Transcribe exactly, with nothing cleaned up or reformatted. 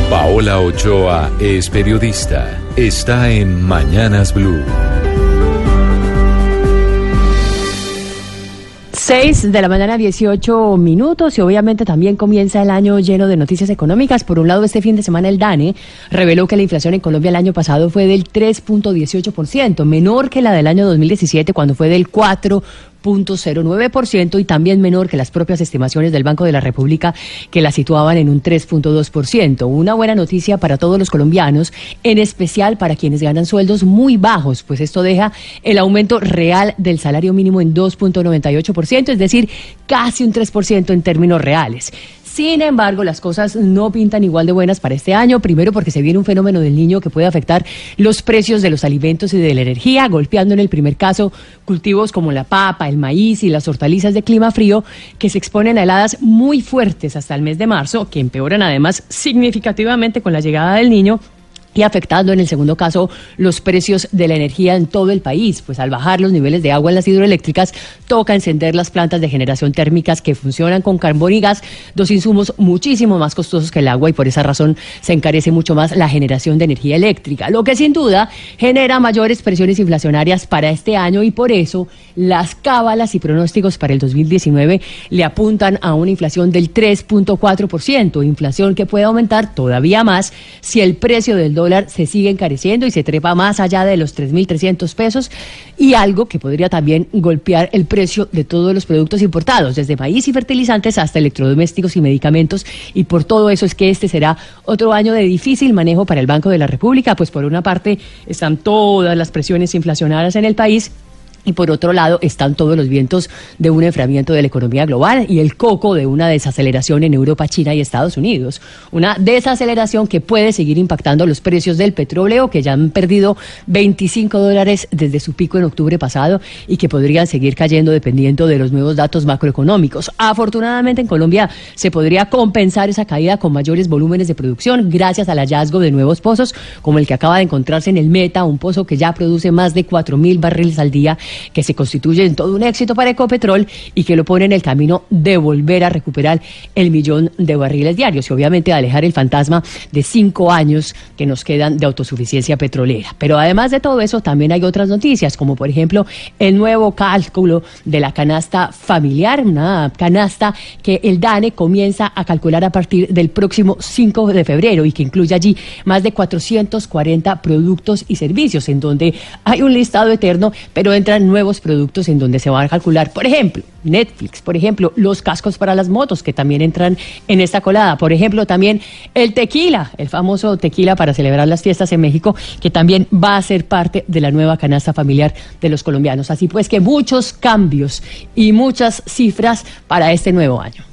Paola Ochoa es periodista. Está en Mañanas Blue. seis de la mañana, dieciocho minutos, y obviamente también comienza el año lleno de noticias económicas. Por un lado, este fin de semana el DANE reveló que la inflación en Colombia el año pasado fue del tres punto dieciocho por ciento, menor que la del año dos mil diecisiete, cuando fue del cuatro punto cero nueve por ciento, y también menor que las propias estimaciones del Banco de la República, que la situaban en un tres punto dos por ciento. Una buena noticia para todos los colombianos, en especial para quienes ganan sueldos muy bajos, pues esto deja el aumento real del salario mínimo en dos punto noventa y ocho por ciento, es decir, casi un tres por ciento en términos reales. Sin embargo, las cosas no pintan igual de buenas para este año, primero porque se viene un fenómeno del Niño que puede afectar los precios de los alimentos y de la energía, golpeando en el primer caso cultivos como la papa, el maíz y las hortalizas de clima frío, que se exponen a heladas muy fuertes hasta el mes de marzo, que empeoran además significativamente con la llegada del Niño, y afectando en el segundo caso los precios de la energía en todo el país, pues al bajar los niveles de agua en las hidroeléctricas toca encender las plantas de generación térmicas que funcionan con carbón y gas, dos insumos muchísimo más costosos que el agua, y por esa razón se encarece mucho más la generación de energía eléctrica, lo que sin duda genera mayores presiones inflacionarias para este año, y por eso las cábalas y pronósticos para el dos mil diecinueve le apuntan a una inflación del tres punto cuatro por ciento, inflación que puede aumentar todavía más si el precio del dólar se sigue encareciendo y se trepa más allá de los tres mil trescientos pesos, y algo que podría también golpear el precio de todos los productos importados, desde maíz y fertilizantes hasta electrodomésticos y medicamentos, y por todo eso es que este será otro año de difícil manejo para el Banco de la República, pues por una parte están todas las presiones inflacionarias en el país, y por otro lado están todos los vientos de un enfriamiento de la economía global y el coco de una desaceleración en Europa, China y Estados Unidos. Una desaceleración que puede seguir impactando los precios del petróleo, que ya han perdido veinticinco dólares desde su pico en octubre pasado y que podrían seguir cayendo dependiendo de los nuevos datos macroeconómicos. Afortunadamente en Colombia se podría compensar esa caída con mayores volúmenes de producción gracias al hallazgo de nuevos pozos, como el que acaba de encontrarse en el Meta, un pozo que ya produce más de cuatro mil barriles al día, que se constituye en todo un éxito para Ecopetrol y que lo pone en el camino de volver a recuperar el millón de barriles diarios y obviamente alejar el fantasma de cinco años que nos quedan de autosuficiencia petrolera. Pero además de todo eso también hay otras noticias, como por ejemplo el nuevo cálculo de la canasta familiar, una canasta que el DANE comienza a calcular a partir del próximo cinco de febrero y que incluye allí más de cuatrocientos cuarenta productos y servicios, en donde hay un listado eterno, pero entran nuevos productos en donde se van a calcular, por ejemplo, Netflix, por ejemplo, los cascos para las motos, que también entran en esta colada, por ejemplo, también el tequila, el famoso tequila para celebrar las fiestas en México, que también va a ser parte de la nueva canasta familiar de los colombianos. Así pues que muchos cambios y muchas cifras para este nuevo año.